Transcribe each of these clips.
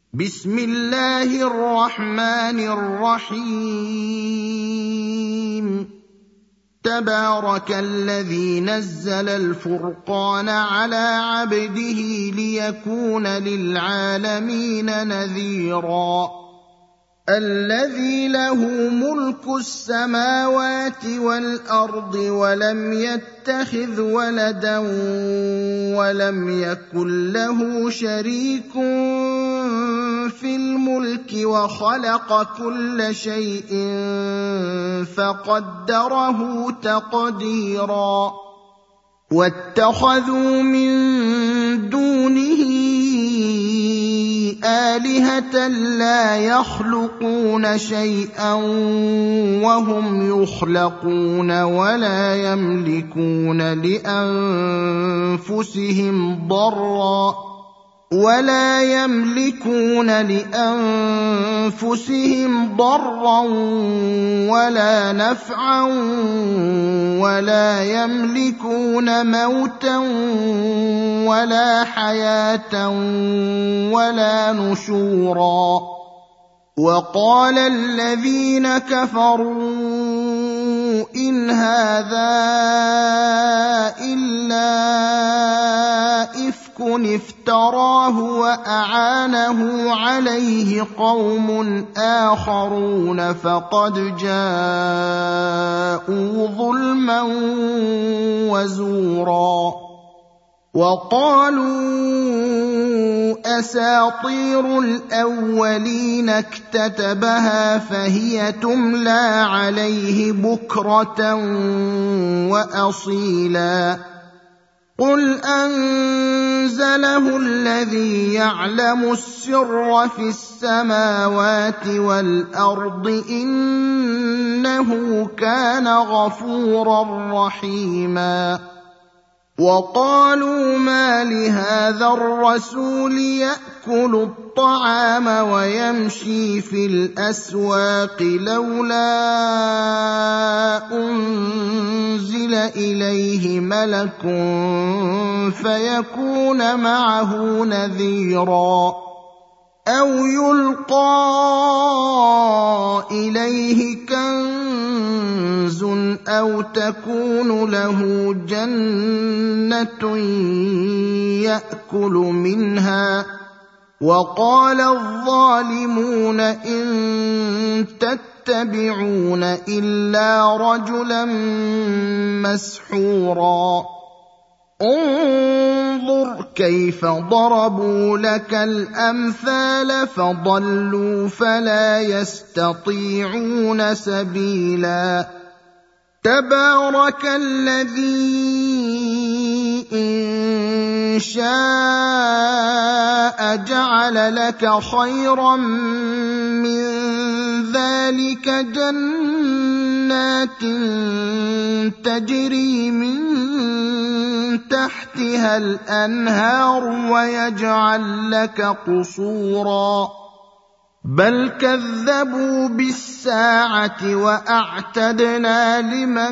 بسم الله الرحمن الرحيم تبارك الذي نزل الفرقان على عبده ليكون للعالمين نذيرا الذي له ملك السماوات والأرض ولم يتخذ ولدا ولم يكن له شريك في الملك وخلق كل شيء فقدره تقديرا واتخذوا من دونه آلهة لا يخلقون شيئا وهم يخلقون ولا يملكون لأنفسهم ضرا ولا نفعا ولا يملكون موتا ولا حياة ولا نشورا وقال الذين كفروا إن هذا إلا إفك افتراه وأعانه عليه قوم آخرون فقد جاءوا ظلما وزورا وقالوا أساطير الأولين اكتتبها فهي تملى عليه بكرة وأصيلا قل أنزله الذي يعلم السر في السماوات والأرض إنه كان غفورا رحيما وقالوا ما لهذا الرسول يأكل الطعام ويمشي في الأسواق لولا أنزل إليه ملك فيكون معه نذيرا أو يلقى إليه كنز أو تكون له جنة يأكل منها وقال الظالمون إن تتبعون إلا رجلا مسحورا انظر كيف ضربوا لك الأمثال فضلوا فلا يستطيعون سبيلا تبارك الذي إن شاء جعل لك خيرا من ذلك جنات تجري من تحتها الأنهار ويجعل لك قصورا بل كذبوا بالساعة وأعتدنا لمن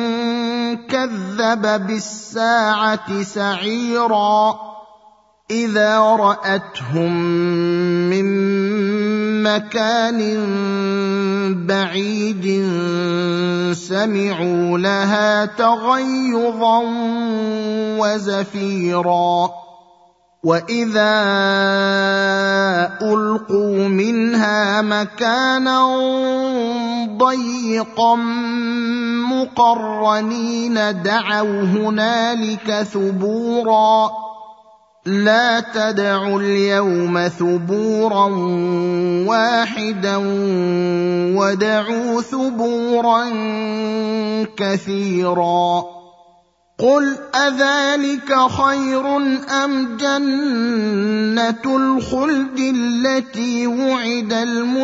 كذب بالساعة سعيرا إذا رأتهم من مكان بعيد سمعوا لها تغيظا وزفيرا وإذا ألقوا منها مكانا ضيقا مقرنين دعوا هنالك ثبورا لا تدعوا اليوم ثبورا واحدا ودعوا ثبورا كثيرا قل أذلك خير أم جنة الخلد التي وعد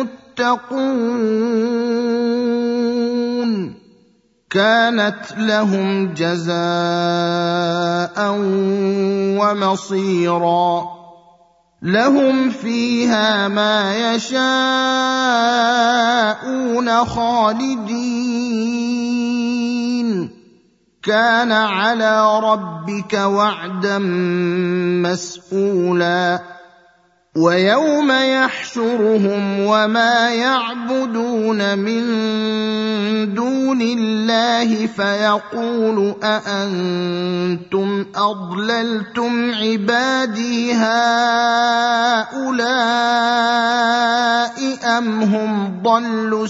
المتقون كانت لهم جزاء ومصيرا لهم فيها ما يشاءون خالدين كان على ربك وعدا مسئولا ويوم يحشرهم وما يعبدون من دون الله فيقول أأنتم أضللتم عبادي هؤلاء أم هم ضلوا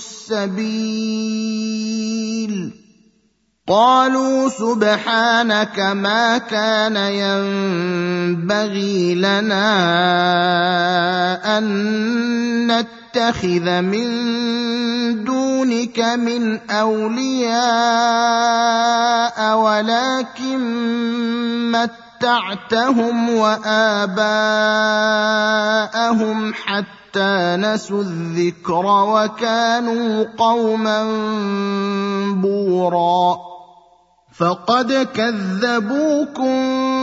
السبيل قالوا سبحانك ما كان ينبغي لنا أن نتخذ من دونك من أولياء ولكن متعتهم وآباءهم حتى نسوا الذكر وكانوا قوما بورا فقد كذبوكم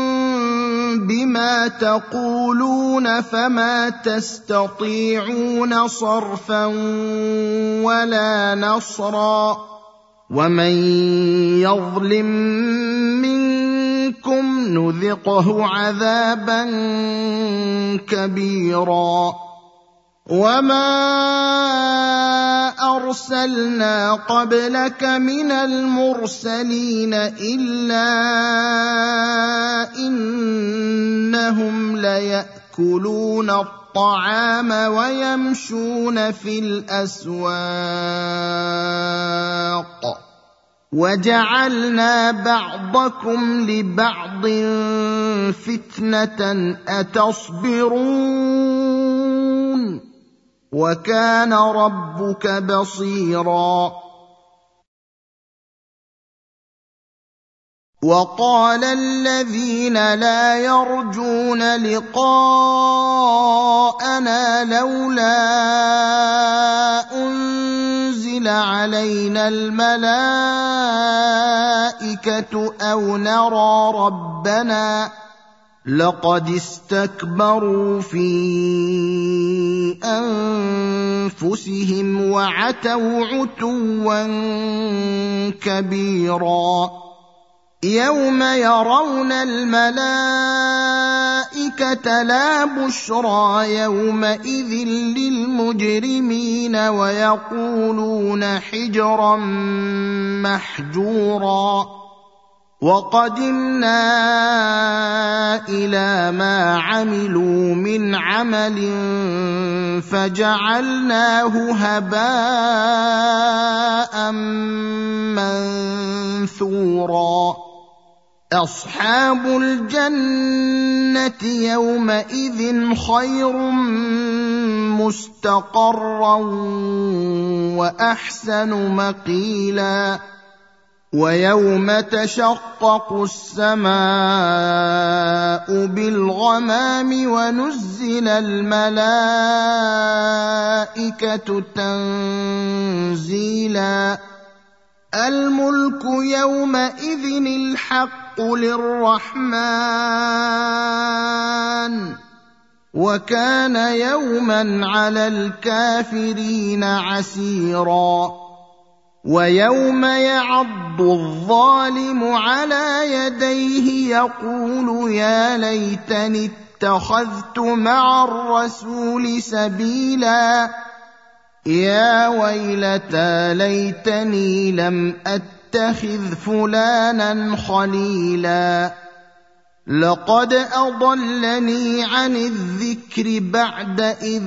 بما تقولون فما تستطيعون صرفا ولا نصرا ومن يظلم منكم نذقه عذابا كبيرا وما أرسلنا قبلك من المرسلين إلا إنهم ليأكلون الطعام ويمشون في الأسواق وجعلنا بعضكم لبعض فتنة أتصبرون وكان ربك بصيرا وقال الذين لا يرجون لقاءنا لولا أنزل علينا الملائكة أو نرى ربنا لقد استكبروا في أنفسهم وعتوا عتوا كبيرا يوم يرون الملائكة لا بشرى يومئذ للمجرمين ويقولون حجرا محجورا وقدمنا إلى ما عملوا من عمل فجعلناه هباء منثورا أصحاب الجنة يومئذ خير مستقرا وأحسن مقيلا ويوم تشقق السماء بالغمام ونزل الملائكة تنزيلا الملك يومئذ الحق للرحمن وكان يوما على الكافرين عسيرا ويوم يعض الظالم على يديه يقول يا ليتني اتخذت مع الرسول سبيلا يا ويلتى ليتني لم أتخذ فلانا خليلا لقد أضلني عن الذكر بعد إذ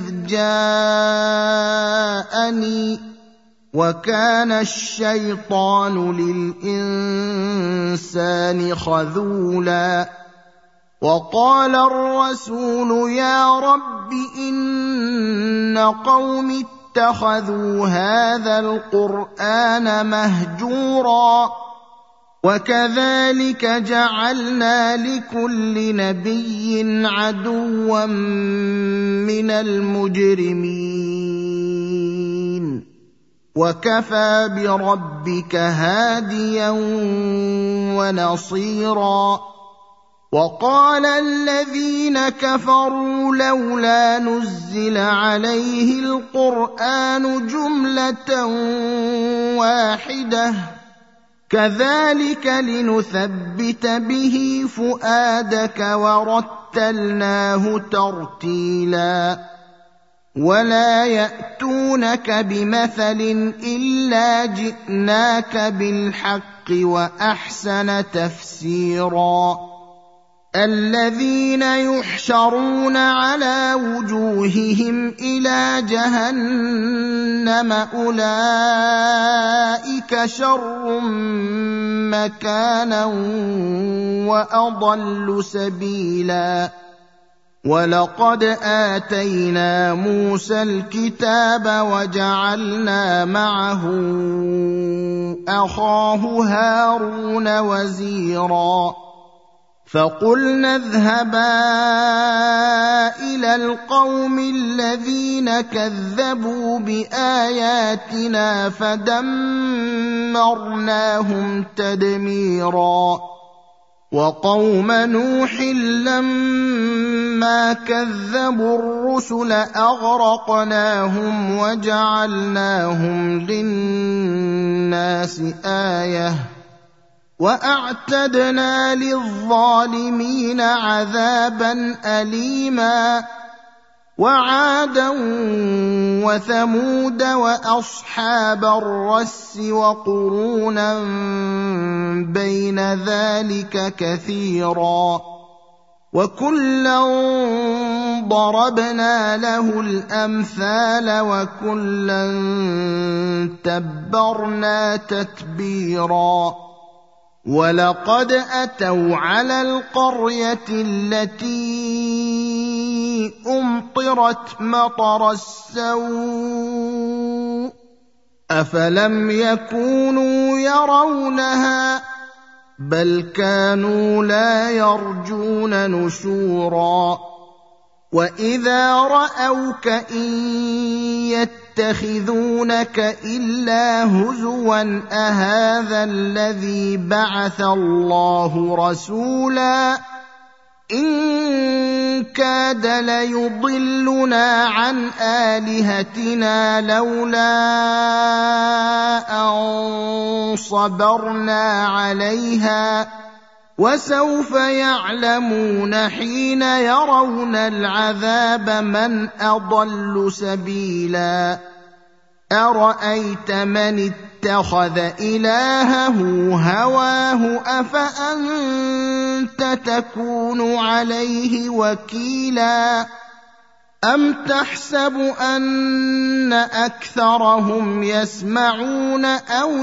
جاءني وكان الشيطان للإنسان خذولا وقال الرسول يا رب إن قوم اتخذوا هذا القرآن مهجورا وكذلك جعلنا لكل نبي عدوا من المجرمين وكفى بربك هاديا ونصيرا وقال الذين كفروا لولا نزل عليه القرآن جملة واحدة كذلك لنثبت به فؤادك ورتلناه وَرَتَّلْنَاهُ تَرْتِيلًا وَلَا يَأْتُونَكَ بِمَثَلٍ إِلَّا جِئْنَاكَ بِالْحَقِّ وَأَحْسَنَ تَفْسِيرًا الَّذِينَ يُحْشَرُونَ عَلَى وُجُوهِهِمْ إِلَى جَهَنَّمَ أُولَئِكَ شَرٌّ مَّكَانًا وَأَضَلُّ سَبِيلًا وَلَقَدْ آتَيْنَا مُوسَى الْكِتَابَ وَجَعَلْنَا مَعَهُ أَخَاهُ هَارُونَ وَزِيرًا فَقُلْنَا اذْهَبَا إِلَى الْقَوْمِ الَّذِينَ كَذَّبُوا بِآيَاتِنَا فَدَمَّرْنَاهُمْ تَدْمِيرًا وَقَوْمَ نُوحٍ لَّمَّا كَذَّبُوا الرُّسُلَ أَغْرَقْنَاهُمْ وَجَعَلْنَاهُمْ لِلنَّاسِ آيَةً وَأَعْتَدْنَا لِلظَّالِمِينَ عَذَابًا أَلِيمًا وَعَادًا وَثَمُودَ وَأَصْحَابَ الرَّسِّ وَقُرُونًا بَيْنَ ذَلِكَ كَثِيرًا وَكُلًّا ضَرَبْنَا لَهُ الْأَمْثَالَ وَكُلًّا تَبَّرْنَا تَتْبِيرًا وَلَقَدْ أَتَوْا عَلَى الْقَرْيَةِ الَّتِي أُمْطِرَتْ مَطَرَ السَّوْءِ أَفَلَمْ يَكُونُوا يَرَوْنَهَا بَلْ كَانُوا لَا يَرْجُونَ نُشُورًا وَإِذَا رَأَوْكَ إِن يَتَّخِذُونَكَ إِلَّا هُزُوًا أَهَٰذَا الَّذِي بَعَثَ اللَّهُ رَسُولًا إِن كَادَ لَيُضِلُّنَا عَنْ آلِهَتِنَا لَوْلَا أَن صَبَرْنَا عَلَيْهَا وَسَوْفَ يَعْلَمُونَ حِينَ يَرَوْنَ الْعَذَابَ مَنْ أَضَلُّ سَبِيلًا أَرَأَيْتَ مَنِ اتَّخَذَ إِلَٰهَهُ هَوَاهُ أَفَأَنتَ تَكُونُ عَلَيْهِ وَكِيلًا أَمْ تَحْسَبُ أَنَّ أَكْثَرَهُمْ يَسْمَعُونَ أَوْ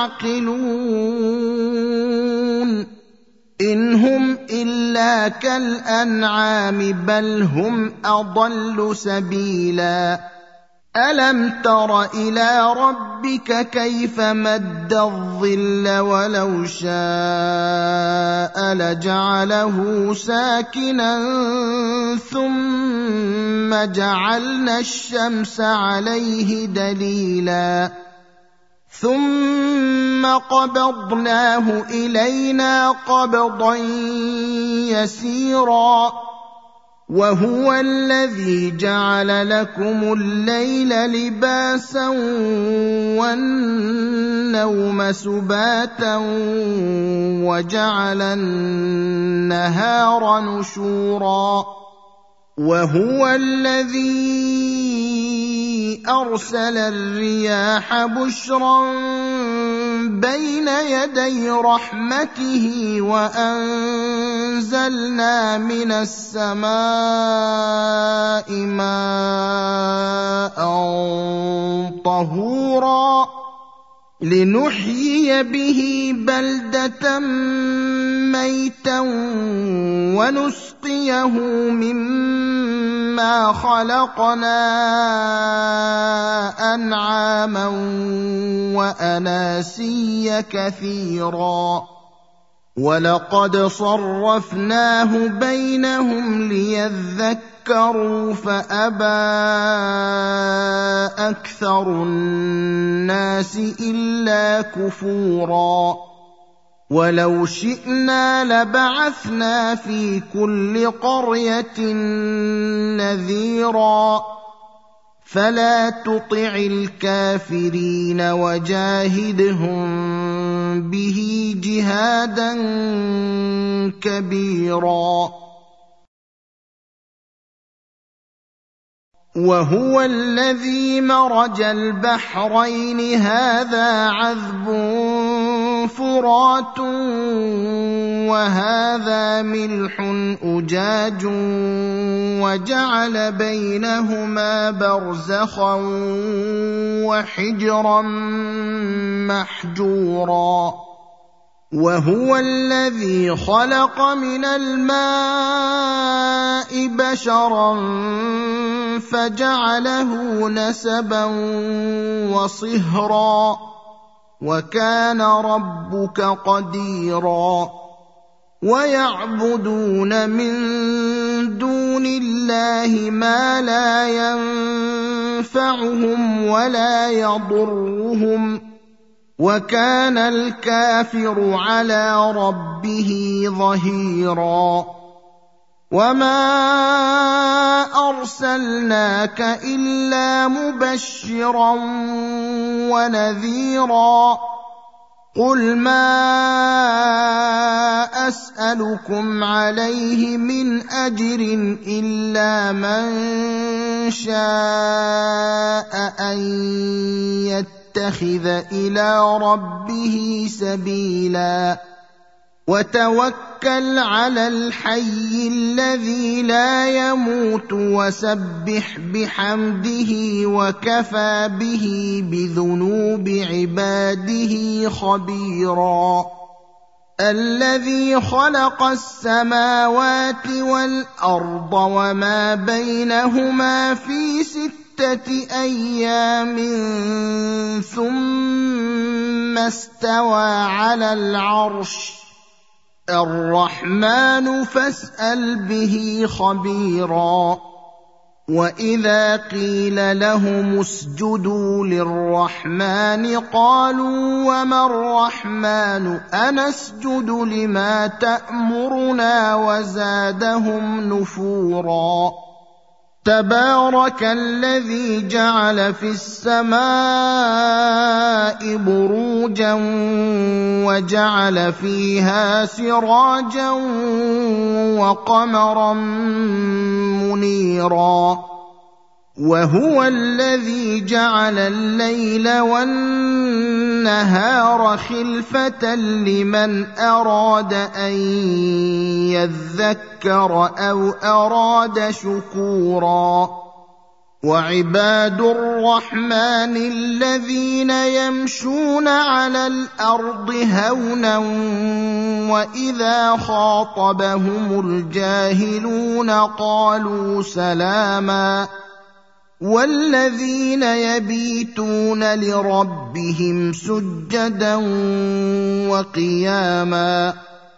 يَعْقِلُونَ إِنْ هُمْ إِلَّا كَالْأَنْعَامِ بَلْ هُمْ أَضَلُّ سَبِيلًا أَلَمْ تَرَ إِلَىٰ رَبِّكَ كَيْفَ مَدَّ الظِّلَّ وَلَوْ شَاءَ لَجَعَلَهُ سَاكِنًا ثُمَّ جَعَلْنَا الشَّمْسَ عَلَيْهِ دَلِيلًا ثُمَّ قَبَضْنَاهُ إِلَيْنَا قَبْضًا يَسِيرًا وَهُوَ الَّذِي جَعَلَ لَكُمُ اللَّيْلَ لِبَاسًا وَالنَّوْمَ سُبَاتًا وَجَعَلَ النَّهَارَ نُشُورًا وَهُوَ الَّذِي أَرْسَلَ الرِّيَاحَ بُشْرًا بَيْنَ يَدَيْ رَحْمَتِهِ وَأَنزَلْنَا مِنَ السَّمَاءِ مَاءً طَهُورًا لِنُحْيِيَ بِهِ بَلْدَةً مَّيْتًا وَنُسْقِيَهُ مِمَّا خَلَقْنَا أَنْعَامًا وَأَنَاسِيَّ كَثِيرًا وَلَقَدْ صَرَّفْنَاهُ بَيْنَهُمْ لِيَذَّكَّرُوا فَأَبَىٰ أَكْثَرُ النَّاسِ إِلَّا كُفُورًا وَلَوْ شِئْنَا لَبَعَثْنَا فِي كُلِّ قَرْيَةٍ نَّذِيرًا فَلَا تُطِعِ الْكَافِرِينَ وَجَاهِدْهُم بِهِ جِهَادًا كَبِيرًا وهو الذي مرج البحرين هذا عذب فرات وهذا ملح أجاج وجعل بينهما برزخا وحجرا محجورا وهو الذي خلق من الماء بشرا فجعله نسبا وصهرا وكان ربك قديرا ويعبدون من دون الله ما لا ينفعهم ولا يضرهم وكان الكافر على ربه ظهيرا وما أرسلناك إلا مبشرا ونذيرا قل ما أسألكم عليه من أجر إلا من شاء أن يتخذ إلى ربه سبيلا وتوكل على الحي الذي لا يموت وسبح بحمده وكفى به بذنوب عباده خبيرا الذي خلق السماوات والأرض وما بينهما في 6 أيام ثم استوى على العرش الرحمن فاسأل به خبيرا وإذا قيل لهم اسجدوا للرحمن قالوا وما الرحمن أنسجد لما تأمرنا وزادهم نفورا تبارك الذي جعل في السماء بروجا وجعل فيها سراجا وقمرا منيرا وهو الذي جعل الليل والنهار خلفة لمن أراد أن يذكر أو أراد شكورا وعباد الرحمن الذين يمشون على الأرض هونا وإذا خاطبهم الجاهلون قالوا سلاما والذين يبيتون لربهم سجدا وقياما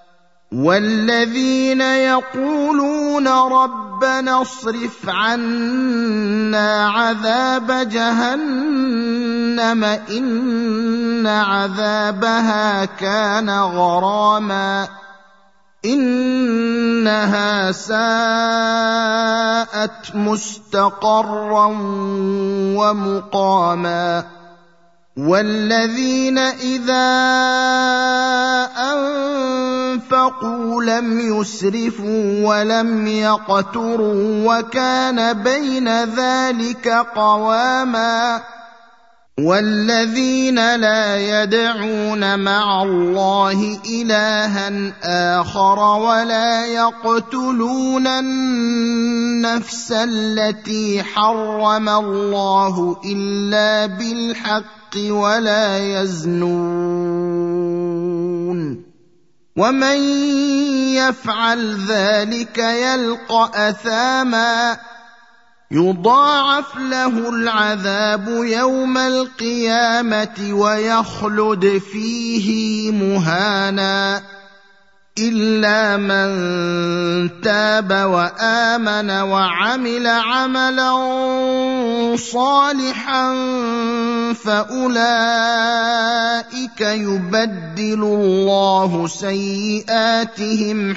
والذين يقولون ربنا اصرف عنا عذاب جهنم إن عذابها كان غراما إنها ساءت مستقرا ومقاما والذين إذا أنفقوا لم يسرفوا ولم يقتروا وكان بين ذلك قواما والذين لا يدعون مع الله إلها آخر ولا يقتلون النفس التي حرم الله إلا بالحق ولا يزنون ومن يفعل ذلك يلقى أثاما يضاعف له العذاب يوم القيامة ويخلد فيه مهانا إلا من تاب وآمن وعمل عملا صالحا فأولئك يبدل الله سيئاتهم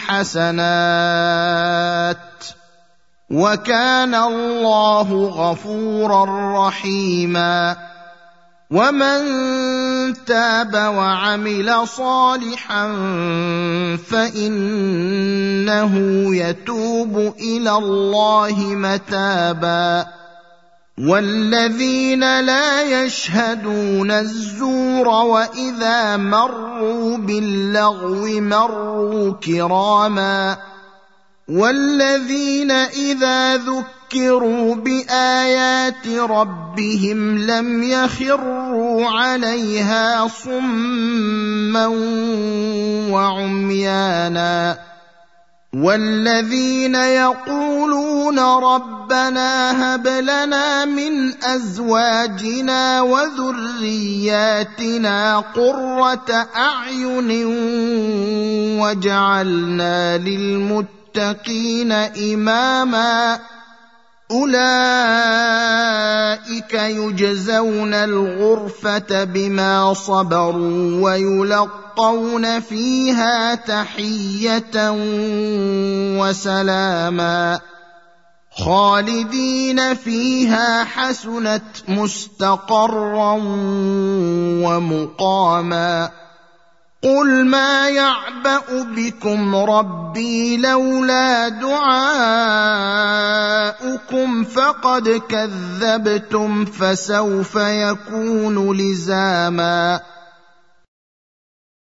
حسنات وكان الله غفورا رحيما ومن تاب وعمل صالحا فإنه يتوب إلى الله متابا والذين لا يشهدون الزور وإذا مروا باللغو مروا كراما والذين إذا ذكروا بآيات ربهم لم يخروا عليها صما وعميانا والذين يقولون ربنا هب لنا من أزواجنا وذرياتنا قرة أعين واجعلنا للمتقين إماما أولئك يجزون الغرفة بما صبروا ويلقون فيها تحية وسلاما خالدين فيها حسنت مستقرا ومقاما قل ما يعبأ بكم ربي لولا دعاؤكم فقد كذبتم فسوف يكون لزاما